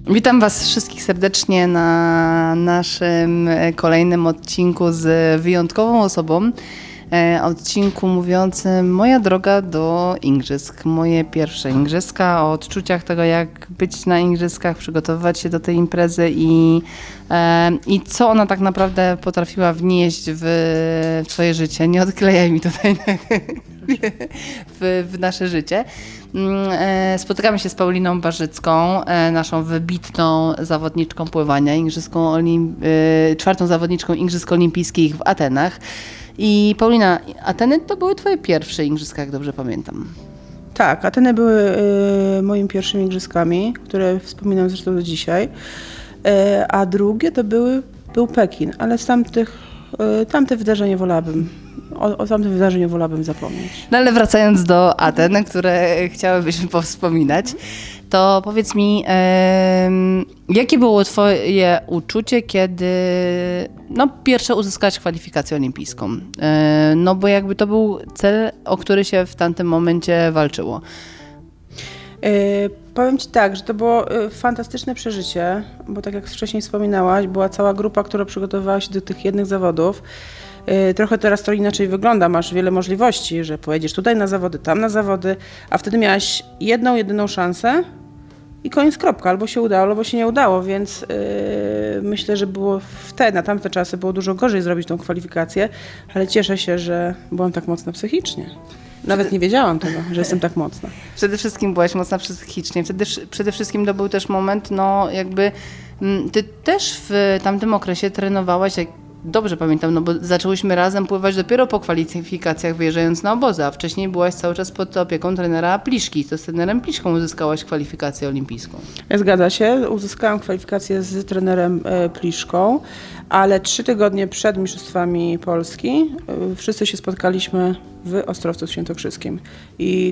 Witam Was wszystkich serdecznie na naszym kolejnym odcinku z wyjątkową osobą. Odcinku mówiącym moja droga do igrzysk, moje pierwsze igrzyska, o odczuciach tego, jak być na igrzyskach, przygotowywać się do tej imprezy i co ona tak naprawdę potrafiła wnieść w Twoje życie. Nie odklejaj mi tutaj w nasze życie. Spotykamy się z Pauliną Barzycką, naszą wybitną zawodniczką pływania, czwartą zawodniczką Igrzysk Olimpijskich w Atenach. I Paulina, Ateny to były Twoje pierwsze igrzyska, jak dobrze pamiętam. Tak, Ateny były moimi pierwszymi igrzyskami, które wspominam zresztą do dzisiaj, a drugie to był Pekin, ale z tamte wydarzenie wolałabym. O tamtym wydarzeniu wolałabym zapomnieć. No ale wracając do Aten, które chciałybyśmy powspominać, to powiedz mi, jakie było Twoje uczucie, kiedy pierwsze uzyskałaś kwalifikację olimpijską? No bo jakby to był cel, o który się w tamtym momencie walczyło. Powiem Ci tak, że to było fantastyczne przeżycie, bo tak jak wcześniej wspominałaś, była cała grupa, która przygotowywała się do tych jednych zawodów. Trochę teraz to inaczej wygląda, masz wiele możliwości, że pojedziesz tutaj na zawody, tam na zawody, a wtedy miałaś jedyną szansę i koniec, kropka. Albo się udało, albo się nie udało, więc myślę, że było na tamte czasy było dużo gorzej zrobić tą kwalifikację, ale cieszę się, że byłam tak mocna psychicznie. Nawet nie wiedziałam tego, że jestem tak mocna. Przede wszystkim byłaś mocna psychicznie. Przede wszystkim to był też moment, ty też w tamtym okresie trenowałaś, jak dobrze pamiętam, bo zaczęłyśmy razem pływać dopiero po kwalifikacjach, wyjeżdżając na obozy, a wcześniej byłaś cały czas pod opieką trenera Pliszki. To z trenerem Pliszką uzyskałaś kwalifikację olimpijską. Zgadza się, uzyskałam kwalifikację z trenerem Pliszką, ale 3 tygodnie przed Mistrzostwami Polski wszyscy się spotkaliśmy w Ostrowcu Świętokrzyskim i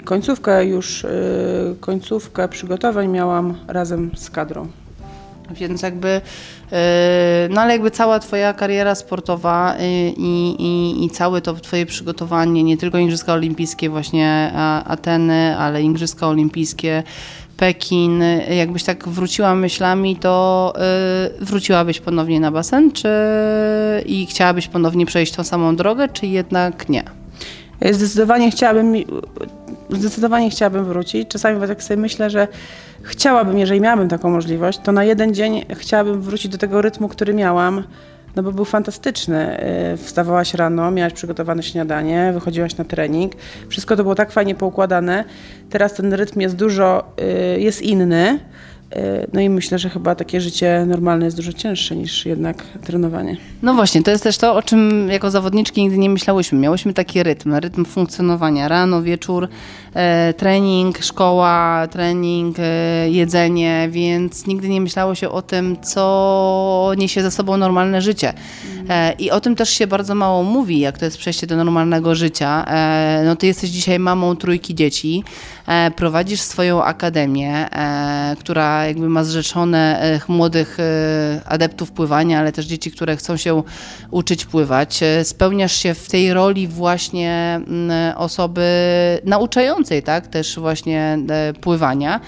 końcówkę przygotowań miałam razem z kadrą. Więc ale jakby cała Twoja kariera sportowa i całe to Twoje przygotowanie, nie tylko Igrzyska Olimpijskie, właśnie Ateny, ale Igrzyska Olimpijskie, Pekin, jakbyś tak wróciła myślami, to wróciłabyś ponownie na basen, i chciałabyś ponownie przejść tą samą drogę, czy jednak nie? Zdecydowanie chciałabym wrócić. Czasami tak sobie myślę, że chciałabym, jeżeli miałabym taką możliwość, to na jeden dzień chciałabym wrócić do tego rytmu, który miałam, bo był fantastyczny. Wstawałaś rano, miałaś przygotowane śniadanie, wychodziłaś na trening. Wszystko to było tak fajnie poukładane. Teraz ten rytm jest inny. No i myślę, że chyba takie życie normalne jest dużo cięższe niż jednak trenowanie. No właśnie, to jest też to, o czym jako zawodniczki nigdy nie myślałyśmy. Miałyśmy taki rytm funkcjonowania. Rano, wieczór, trening, szkoła, trening, jedzenie, więc nigdy nie myślało się o tym, co niesie za sobą normalne życie. I o tym też się bardzo mało mówi, jak to jest przejście do normalnego życia. Ty jesteś dzisiaj mamą 3 dzieci, prowadzisz swoją akademię, która jakby ma zrzeczone młodych adeptów pływania, ale też dzieci, które chcą się uczyć pływać. Spełniasz się w tej roli właśnie osoby nauczającej, tak, też właśnie pływania.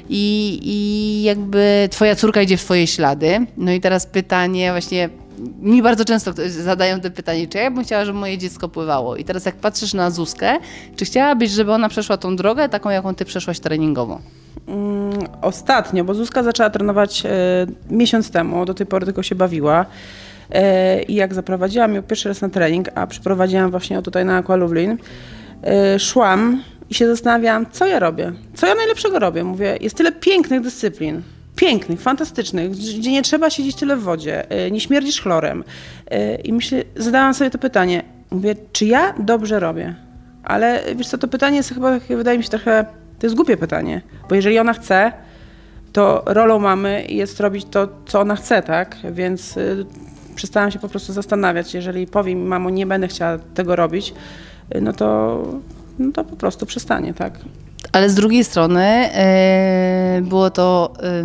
I jakby Twoja córka idzie w Twoje ślady. No i teraz pytanie właśnie, mi bardzo często zadają te pytanie, czy ja bym chciała, żeby moje dziecko pływało. I teraz jak patrzysz na Zuzkę, czy chciałabyś, żeby ona przeszła tą drogę, taką jaką Ty przeszłaś treningową? Ostatnio, bo Zuzka zaczęła trenować miesiąc temu, do tej pory tylko się bawiła. I jak zaprowadziłam ją pierwszy raz na trening, a przyprowadziłam właśnie ją tutaj na Aqua Lublin, szłam i się zastanawiałam, co ja robię, co ja najlepszego robię. Mówię, jest tyle pięknych dyscyplin, pięknych, fantastycznych, gdzie nie trzeba siedzieć tyle w wodzie, nie śmierdzisz chlorem. I zadałam sobie to pytanie, mówię, czy ja dobrze robię? Ale wiesz co, to pytanie jest chyba, wydaje mi się trochę, to jest głupie pytanie, bo jeżeli ona chce, to rolą mamy jest robić to, co ona chce, tak? Więc przestałam się po prostu zastanawiać, jeżeli powie mi, mamo, nie będę chciała tego robić, no to po prostu przestanie, tak? Ale z drugiej strony było to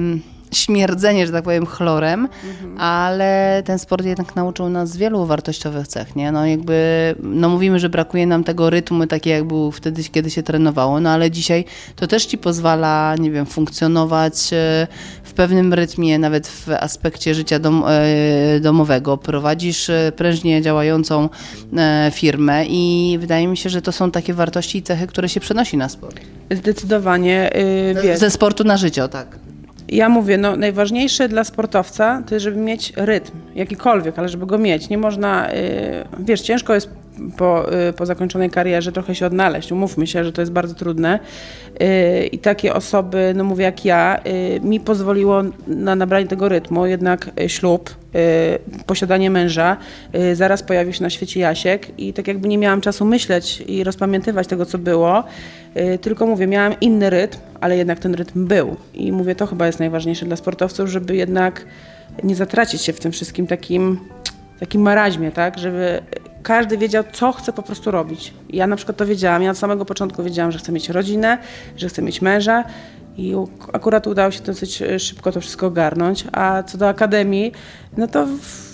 śmierdzenie, że tak powiem, chlorem, ale ten sport jednak nauczył nas wielu wartościowych cech, nie? No jakby, no mówimy, że brakuje nam tego rytmu, taki jak był wtedy, kiedy się trenowało, no ale dzisiaj to też ci pozwala, nie wiem, funkcjonować w pewnym rytmie, nawet w aspekcie życia domowego. Prowadzisz prężnie działającą firmę i wydaje mi się, że to są takie wartości i cechy, które się przenosi na sport. Zdecydowanie, wiesz. Ze sportu na życie, o tak. Ja mówię, no najważniejsze dla sportowca to jest, żeby mieć rytm, jakikolwiek, ale żeby go mieć. Nie można, wiesz, ciężko jest po zakończonej karierze trochę się odnaleźć. Umówmy się, że to jest bardzo trudne. I takie osoby, no mówię jak ja, mi pozwoliło na nabranie tego rytmu, jednak ślub, posiadanie męża, zaraz pojawił się na świecie Jasiek i tak jakby nie miałam czasu myśleć i rozpamiętywać tego, co było, tylko mówię, miałam inny rytm, ale jednak ten rytm był. I mówię, to chyba jest najważniejsze dla sportowców, żeby jednak nie zatracić się w tym wszystkim takim maraźmie, tak, żeby każdy wiedział, co chce po prostu robić. Ja na przykład to wiedziałam, ja od samego początku wiedziałam, że chcę mieć rodzinę, że chcę mieć męża i akurat udało się dosyć szybko to wszystko ogarnąć, a co do akademii, no to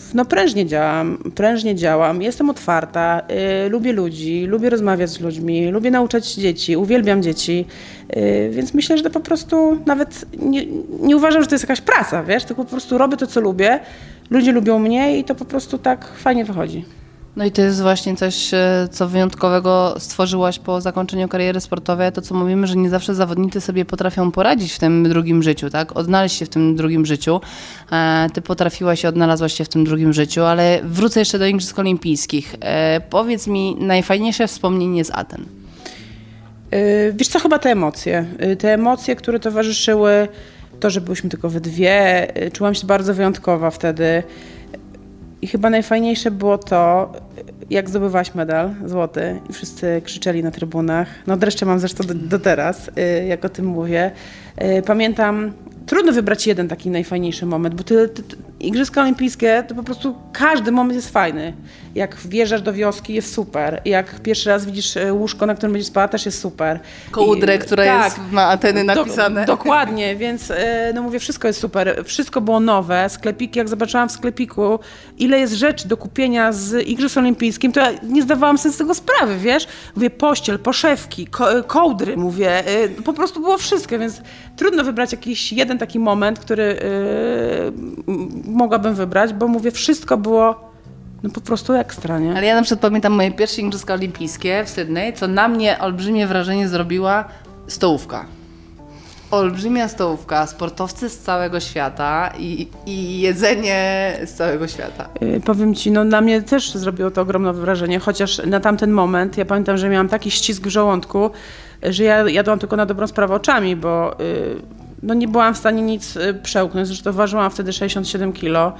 prężnie działam, jestem otwarta, lubię ludzi, lubię rozmawiać z ludźmi, lubię nauczać dzieci, uwielbiam dzieci, więc myślę, że to po prostu nawet nie uważam, że to jest jakaś praca, wiesz, tylko po prostu robię to, co lubię, ludzie lubią mnie i to po prostu tak fajnie wychodzi. No i to jest właśnie coś, co wyjątkowego stworzyłaś po zakończeniu kariery sportowej, to co mówimy, że nie zawsze zawodnicy sobie potrafią poradzić w tym drugim życiu, tak? Odnaleźć się w tym drugim życiu. Ty potrafiłaś i odnalazłaś się w tym drugim życiu, ale wrócę jeszcze do Igrzysk Olimpijskich. Powiedz mi, najfajniejsze wspomnienie z Aten. Wiesz co, chyba te emocje, które towarzyszyły, to, że byliśmy tylko we dwie, czułam się bardzo wyjątkowa wtedy. I chyba najfajniejsze było to, jak zdobywałaś medal złoty i wszyscy krzyczeli na trybunach. No dreszcze mam zresztą do teraz, jak o tym mówię. Pamiętam, trudno wybrać jeden taki najfajniejszy moment, bo Igrzyska Olimpijskie to po prostu każdy moment jest fajny. Jak wjeżdżasz do wioski, jest super. Jak pierwszy raz widzisz łóżko, na którym będziesz spała, też jest super. Kołdrę, która jest na Ateny napisane. Dokładnie, więc no mówię, wszystko jest super. Wszystko było nowe. Sklepiki, jak zobaczyłam w sklepiku, ile jest rzeczy do kupienia z Igrzysk Olimpijskim, to ja nie zdawałam sobie z tego sprawy, wiesz? Mówię, pościel, poszewki, kołdry, mówię. Po prostu było wszystko, więc trudno wybrać jakiś jeden taki moment, który mogłabym wybrać, bo mówię, wszystko było no po prostu ekstra, nie? Ale ja na przykład pamiętam moje pierwsze Igrzyska Olimpijskie w Sydney, co na mnie olbrzymie wrażenie zrobiła stołówka. Olbrzymia stołówka, sportowcy z całego świata i jedzenie z całego świata. Powiem ci, no na mnie też zrobiło to ogromne wrażenie, chociaż na tamten moment ja pamiętam, że miałam taki ścisk w żołądku, że ja jadłam tylko na dobrą sprawę oczami, bo no nie byłam w stanie nic przełknąć, zresztą ważyłam wtedy 67 kg.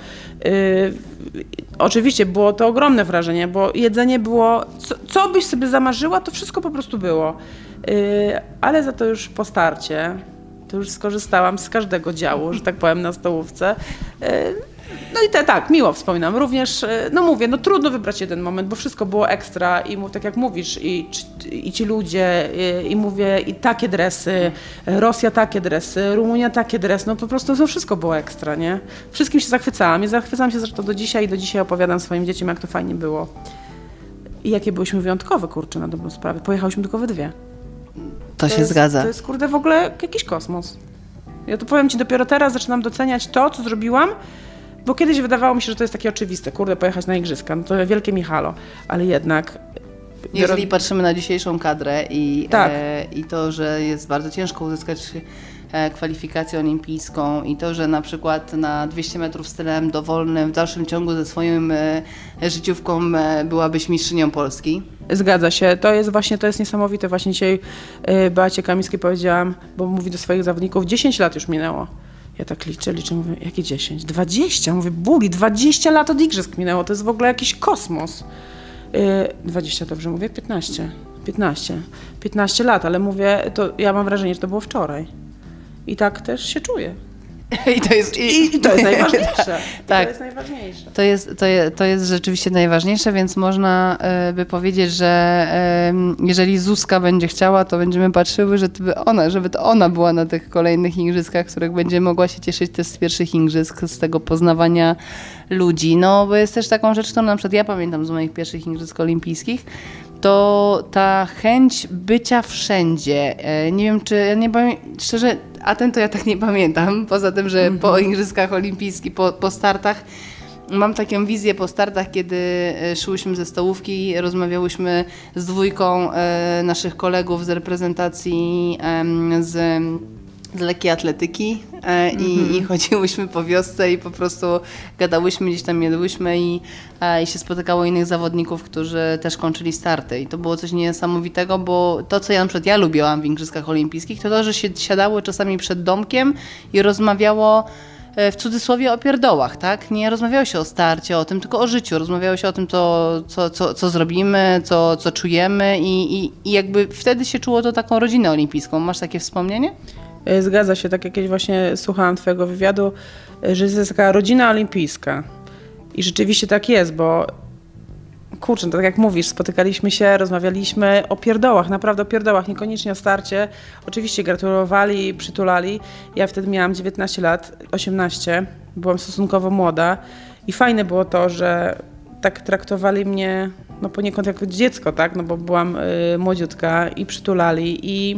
Oczywiście było to ogromne wrażenie, bo jedzenie było, co byś sobie zamarzyła, to wszystko po prostu było. Ale za to już po starcie, to już skorzystałam z każdego działu, że tak powiem, na stołówce. No i tak, miło wspominam. Również, no mówię, no trudno wybrać jeden moment, bo wszystko było ekstra i tak jak mówisz, i ci ludzie, i mówię, i takie dresy, Rosja takie dresy, Rumunia takie dresy, no po prostu to wszystko było ekstra, nie? Wszystkim się zachwycałam i zachwycam się zresztą do dzisiaj opowiadam swoim dzieciom, jak to fajnie było. I jakie byliśmy wyjątkowe, kurczę, na dobrą sprawę. Pojechałyśmy tylko we dwie. To się zgadza. To jest, kurde, w ogóle jakiś kosmos. Ja to powiem ci, dopiero teraz zaczynam doceniać to, co zrobiłam, bo kiedyś wydawało mi się, że to jest takie oczywiste, kurde, pojechać na igrzyska, no to wielkie mi halo, ale jednak... Jeżeli patrzymy na dzisiejszą kadrę i to, że jest bardzo ciężko uzyskać kwalifikację olimpijską i to, że na przykład na 200 metrów stylem dowolnym w dalszym ciągu ze swoją życiówką byłabyś mistrzynią Polski. Zgadza się, to jest niesamowite. Właśnie dzisiaj Beacie Kamińskiej powiedziałam, bo mówi do swoich zawodników, 10 lat już minęło. Ja tak liczę, mówię, jakie 10? 20? Mówię, buli, 20 lat od igrzysk minęło, to jest w ogóle jakiś kosmos. 20, dobrze mówię? 15 lat, ale mówię, to ja mam wrażenie, że to było wczoraj. I tak też się czuję. I to jest, I to jest najważniejsze. Tak. To jest najważniejsze. To jest rzeczywiście najważniejsze, więc można by powiedzieć, że jeżeli Zuzka będzie chciała, to będziemy patrzyły, żeby to ona była na tych kolejnych igrzyskach, których będzie mogła się cieszyć też z pierwszych igrzysk, z tego poznawania ludzi. No, bo jest też taką rzecz, którą na przykład ja pamiętam z moich pierwszych igrzysk olimpijskich, to ta chęć bycia wszędzie. Nie wiem, czy ja nie pamiętam, szczerze, to ja tak nie pamiętam, poza tym, że po igrzyskach olimpijskich, po startach, mam taką wizję po startach, kiedy szłyśmy ze stołówki, rozmawiałyśmy z dwójką naszych kolegów z reprezentacji z lekkiej atletyki i chodziłyśmy po wiosce i po prostu gadałyśmy, gdzieś tam jadłyśmy i się spotykało innych zawodników, którzy też kończyli starty. I to było coś niesamowitego, bo to, co na przykład ja lubiłam w Igrzyskach Olimpijskich, to, że się siadało czasami przed domkiem i rozmawiało w cudzysłowie o pierdołach, tak? Nie rozmawiało się o starcie, o tym, tylko o życiu. Rozmawiało się o tym, co zrobimy, co czujemy i jakby wtedy się czuło to taką rodzinę olimpijską. Masz takie wspomnienie? Zgadza się, tak jak kiedyś właśnie słuchałam twojego wywiadu, że jest taka rodzina olimpijska. I rzeczywiście tak jest, bo kurczę, tak jak mówisz, spotykaliśmy się, rozmawialiśmy o pierdołach, naprawdę o pierdołach, niekoniecznie o starcie. Oczywiście gratulowali, przytulali. Ja wtedy miałam 19 lat, 18, byłam stosunkowo młoda i fajne było to, że tak traktowali mnie no poniekąd jako dziecko, tak, no bo byłam młodziutka i przytulali i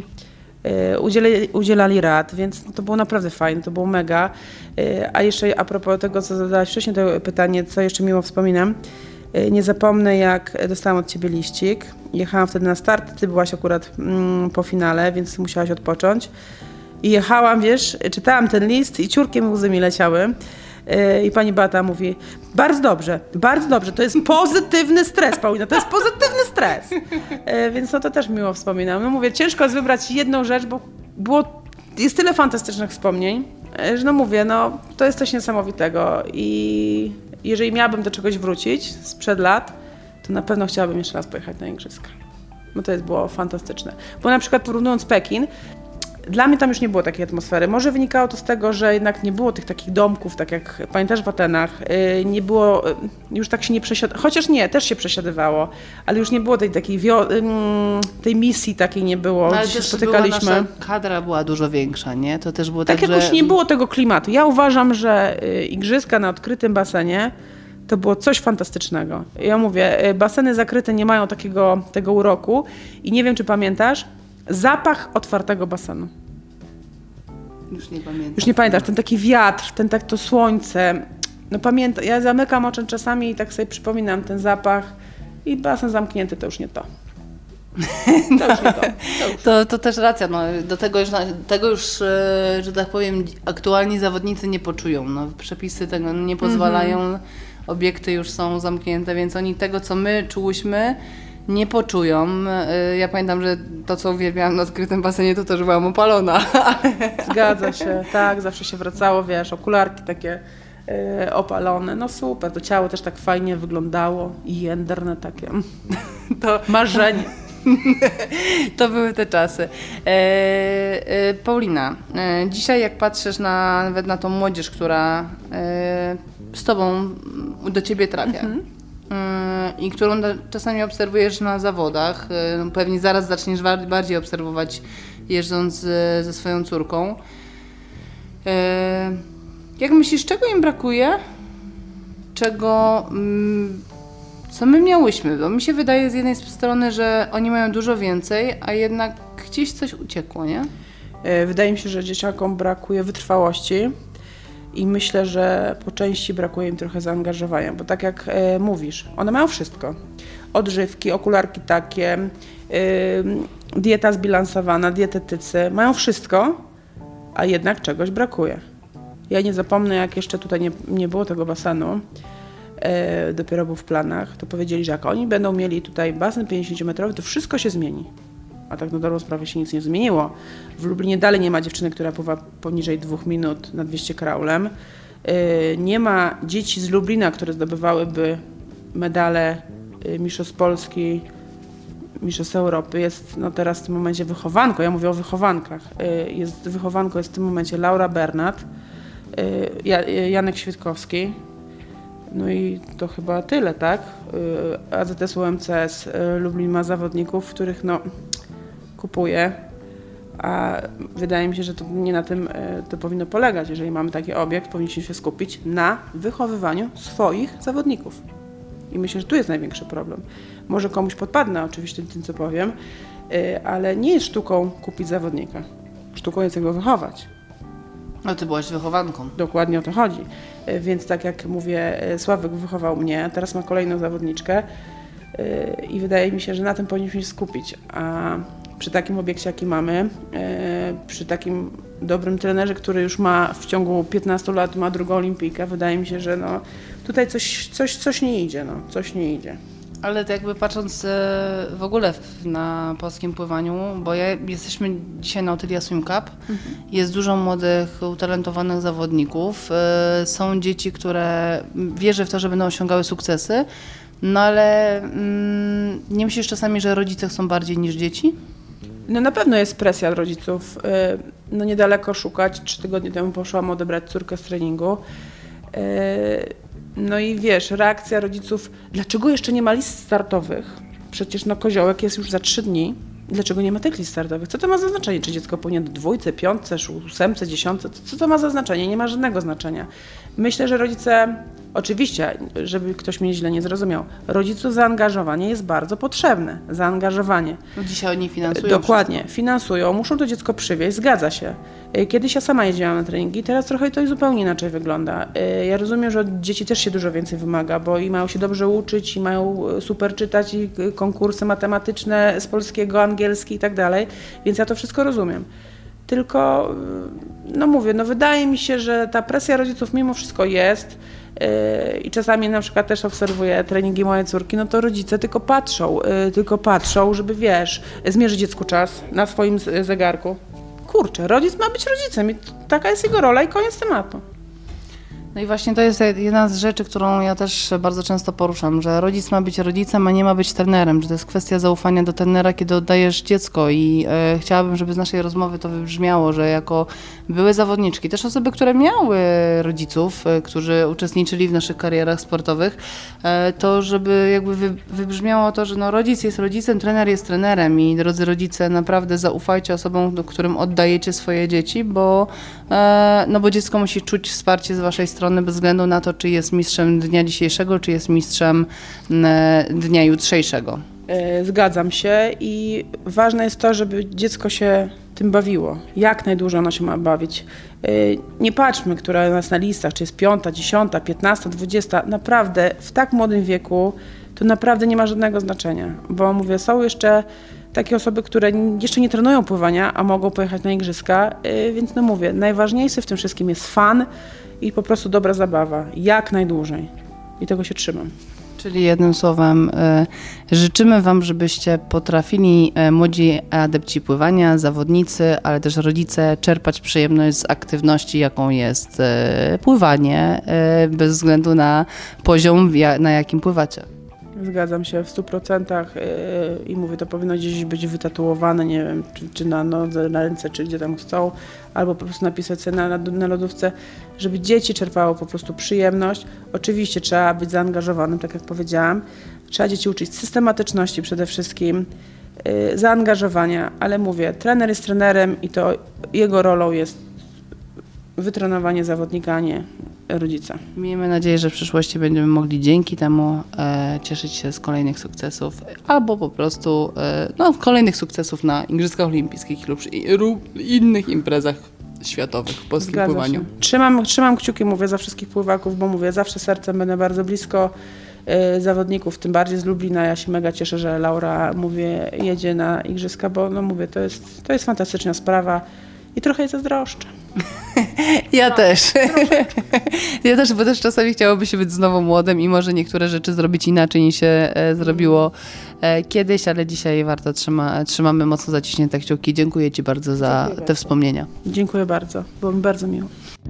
udzielali rad, więc no to było naprawdę fajne, to było mega. A jeszcze a propos tego, co zadałaś wcześniej, to pytanie, co jeszcze miło wspominam, nie zapomnę, jak dostałam od ciebie liścik. Jechałam wtedy na start, ty byłaś akurat po finale, więc musiałaś odpocząć. I jechałam, wiesz, czytałam ten list i ciurkiem łzy mi leciały. I pani Beata mówi, bardzo dobrze, to jest pozytywny stres, Paulina, to jest pozytywny stres. Więc no to też miło wspominam. No mówię, ciężko jest wybrać jedną rzecz, bo jest tyle fantastycznych wspomnień, że no mówię, no to jest coś niesamowitego i jeżeli miałabym do czegoś wrócić sprzed lat, to na pewno chciałabym jeszcze raz pojechać na igrzyska. No to było fantastyczne. Bo na przykład porównując Pekin, dla mnie tam już nie było takiej atmosfery. Może wynikało to z tego, że jednak nie było tych takich domków, tak jak pamiętasz w Atenach, nie było, już tak się nie przesiadywało, chociaż nie, też się przesiadywało, ale już nie było tej misji takiej nie było, ale gdzie się też spotykaliśmy. Nasza kadra była dużo większa, nie? To też było tak tak, jakoś że... nie było tego klimatu. Ja uważam, że igrzyska na odkrytym basenie to było coś fantastycznego. Ja mówię, baseny zakryte nie mają tego uroku i nie wiem, czy pamiętasz, zapach otwartego basenu. Już nie pamiętasz, ten taki wiatr, to słońce. No pamiętam, ja zamykam oczy czasami i tak sobie przypominam ten zapach i basen zamknięty to już nie to. To już nie to. To też racja, no, do tego już, że tak powiem, aktualni zawodnicy nie poczują. No, przepisy tego nie pozwalają, obiekty już są zamknięte, więc oni tego, co my czułyśmy, nie poczują. Ja pamiętam, że to, co uwielbiałam na odkrytym basenie, to też byłam opalona. Zgadza się, tak, zawsze się wracało, wiesz, okularki takie opalone, no super, to ciało też tak fajnie wyglądało i jędrne takie, to marzenie. To były te czasy. Paulina, dzisiaj jak patrzysz nawet na tą młodzież, która z tobą do ciebie trafia, i którą czasami obserwujesz na zawodach, pewnie zaraz zaczniesz bardziej obserwować jeżdżąc ze swoją córką. Jak myślisz, czego im brakuje? Co my miałyśmy? Bo mi się wydaje z jednej strony, że oni mają dużo więcej, a jednak gdzieś coś uciekło, nie? Wydaje mi się, że dzieciakom brakuje wytrwałości. I myślę, że po części brakuje im trochę zaangażowania, bo tak jak mówisz, one mają wszystko. Odżywki, okularki takie, dieta zbilansowana, dietetycy, mają wszystko, a jednak czegoś brakuje. Ja nie zapomnę, jak jeszcze tutaj nie było tego basenu, dopiero był w planach, to powiedzieli, że jak oni będą mieli tutaj basen 50-metrowy, to wszystko się zmieni. A tak na dobrą sprawę się nic nie zmieniło. W Lublinie dalej nie ma dziewczyny, która pływa poniżej 2 minut na 200 kraulem. Nie ma dzieci z Lublina, które zdobywałyby medale mistrzostw Polski, mistrzostw Europy. Jest no teraz w tym momencie wychowanką, ja mówię o wychowankach. Wychowanką jest w tym momencie Laura Bernat, Janek Świetkowski. No i to chyba tyle, tak? AZS UMCS Lublin ma zawodników, których no, kupuje, a wydaje mi się, że to nie na tym to powinno polegać. Jeżeli mamy taki obiekt, powinniśmy się skupić na wychowywaniu swoich zawodników. I myślę, że tu jest największy problem. Może komuś podpadnę oczywiście tym, co powiem, ale nie jest sztuką kupić zawodnika. Sztuką jest go wychować. No ty byłaś wychowanką. Dokładnie o to chodzi. Więc tak jak mówię, Sławek wychował mnie, a teraz ma kolejną zawodniczkę i wydaje mi się, że na tym powinniśmy się skupić. A przy takim obiekcie, jaki mamy, przy takim dobrym trenerze, który już ma w ciągu 15 lat ma drugą olimpijkę, wydaje mi się, że no, tutaj coś nie idzie. Coś nie idzie. Ale to jakby patrząc w ogóle na polskim pływaniu, bo jesteśmy dzisiaj na Otylia Swim Cup, jest dużo młodych, utalentowanych zawodników, są dzieci, które wierzę w to, że będą osiągały sukcesy, no ale nie myślisz czasami, że rodzice chcą bardziej niż dzieci? No na pewno jest presja od rodziców. No niedaleko szukać, 3 tygodnie temu poszłam odebrać córkę z treningu. No i wiesz, reakcja rodziców, dlaczego jeszcze nie ma list startowych? Przecież no koziołek jest już za 3 dni. Dlaczego nie ma tych list startowych? Co to ma za znaczenie? Czy dziecko powinien do 2, 5, 8, 10? Co to ma za znaczenie? Nie ma żadnego znaczenia. Myślę, że rodzice, oczywiście, żeby ktoś mnie źle nie zrozumiał, rodziców zaangażowanie jest bardzo potrzebne. Zaangażowanie. No dzisiaj oni finansują. Dokładnie, wszystko. Finansują, muszą to dziecko przywieźć, zgadza się. Kiedyś ja sama jeździłam na treningi, teraz trochę to zupełnie inaczej wygląda. Ja rozumiem, że od dzieci też się dużo więcej wymaga, bo i mają się dobrze uczyć, i mają super czytać, i konkursy matematyczne z polskiego, angielski i tak dalej, więc ja to wszystko rozumiem. Tylko, no mówię, no wydaje mi się, że ta presja rodziców mimo wszystko jest i czasami na przykład też obserwuję treningi mojej córki, no to rodzice tylko patrzą, żeby wiesz, zmierzyć dziecku czas na swoim zegarku. Kurczę, rodzic ma być rodzicem i taka jest jego rola i koniec tematu. No i właśnie to jest jedna z rzeczy, którą ja też bardzo często poruszam, że rodzic ma być rodzicem, a nie ma być trenerem, że to jest kwestia zaufania do trenera, kiedy oddajesz dziecko i chciałabym, żeby z naszej rozmowy to wybrzmiało, że jako były zawodniczki, też osoby, które miały rodziców, którzy uczestniczyli w naszych karierach sportowych, to żeby jakby wybrzmiało to, że no rodzic jest rodzicem, trener jest trenerem i drodzy rodzice, naprawdę zaufajcie osobom, którym oddajecie swoje dzieci, bo dziecko musi czuć wsparcie z waszej strony, bez względu na to, czy jest mistrzem dnia dzisiejszego, czy jest mistrzem dnia jutrzejszego. Zgadzam się i ważne jest to, żeby dziecko się tym bawiło. Jak najdłużej ono się ma bawić. Nie patrzmy, która jest na listach, czy jest 5, 10, 15, 20. Naprawdę w tak młodym wieku to naprawdę nie ma żadnego znaczenia, bo mówię, są jeszcze takie osoby, które jeszcze nie trenują pływania, a mogą pojechać na igrzyska, więc no mówię, najważniejszy w tym wszystkim jest fan i po prostu dobra zabawa, jak najdłużej. I tego się trzymam. Czyli jednym słowem życzymy Wam, żebyście potrafili młodzi adepci pływania, zawodnicy, ale też rodzice czerpać przyjemność z aktywności, jaką jest pływanie, bez względu na poziom, na jakim pływacie. Zgadzam się w 100% i mówię, to powinno gdzieś być wytatuowane, nie wiem, czy na nodze, na ręce, czy gdzie tam chcą, albo po prostu napisać sobie na lodówce, żeby dzieci czerpało po prostu przyjemność. Oczywiście trzeba być zaangażowanym, tak jak powiedziałam. Trzeba dzieci uczyć systematyczności przede wszystkim, zaangażowania, ale mówię, trener jest trenerem i to jego rolą jest wytrenowanie zawodnika, a nie rodzica. Miejmy nadzieję, że w przyszłości będziemy mogli dzięki temu cieszyć się z kolejnych sukcesów, albo po prostu kolejnych sukcesów na Igrzyskach Olimpijskich lub innych imprezach światowych w polskim pływaniu. Trzymam kciuki, mówię, za wszystkich pływaków, bo mówię, zawsze sercem będę bardzo blisko zawodników, tym bardziej z Lublina. Ja się mega cieszę, że Laura, mówię, jedzie na Igrzyska, bo no mówię, to jest fantastyczna sprawa i trochę jej zazdroszczę. Ja też. Ja też, bo też czasami chciałoby się być znowu młodym i może niektóre rzeczy zrobić inaczej niż się zrobiło kiedyś, ale dzisiaj warto trzymamy mocno zaciśnięte kciuki. Dziękuję Ci bardzo za te wspomnienia. Dziękuję bardzo, było mi bardzo miło.